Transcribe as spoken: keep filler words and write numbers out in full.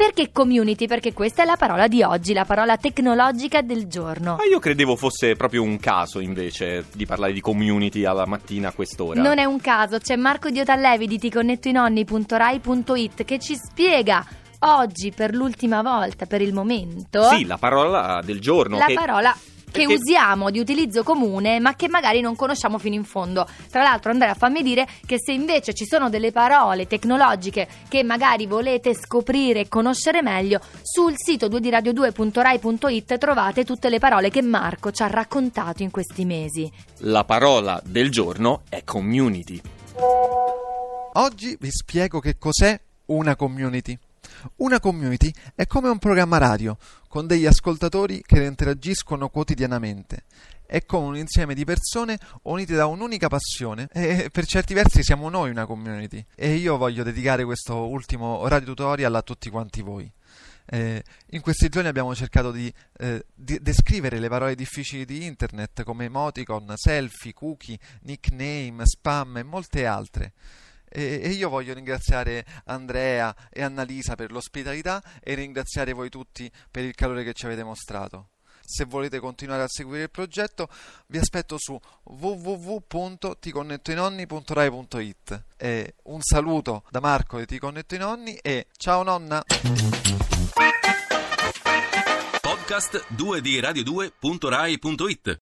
Perché community? Perché questa è la parola di oggi, la parola tecnologica del giorno. Ma io credevo fosse proprio un caso invece di parlare di community alla mattina a quest'ora. Non è un caso, c'è Marco Diotallevi di ti connetto i nonni punto rai punto it che ci spiega oggi per l'ultima volta, per il momento, Sì, la parola del giorno. la che... parola che Perché... usiamo di utilizzo comune ma che magari non conosciamo fino in fondo. Tra l'altro, Andrea, fammi dire che se invece ci sono delle parole tecnologiche che magari volete scoprire e conoscere meglio, sul sito due di radio due punto rai punto it trovate tutte le parole che Marco ci ha raccontato in questi mesi. La parola del giorno è community. Oggi vi spiego che cos'è una community. Una community è come un programma radio con degli ascoltatori che interagiscono quotidianamente. È come un insieme di persone unite da un'unica passione e per certi versi siamo noi una community. E io voglio dedicare questo ultimo radio tutorial a tutti quanti voi. Eh, in questi giorni abbiamo cercato di, eh, di descrivere le parole difficili di internet come emoticon, selfie, cookie, nickname, spam e molte altre. E io voglio ringraziare Andrea e Annalisa per l'ospitalità e ringraziare voi tutti per il calore che ci avete mostrato. Se volete continuare a seguire il progetto vi aspetto su w w w punto ti connetto i nonni punto rai punto it. E un saluto da Marco di Ti Connetto i Nonni e ciao nonna! Podcast due di radio due punto rai punto it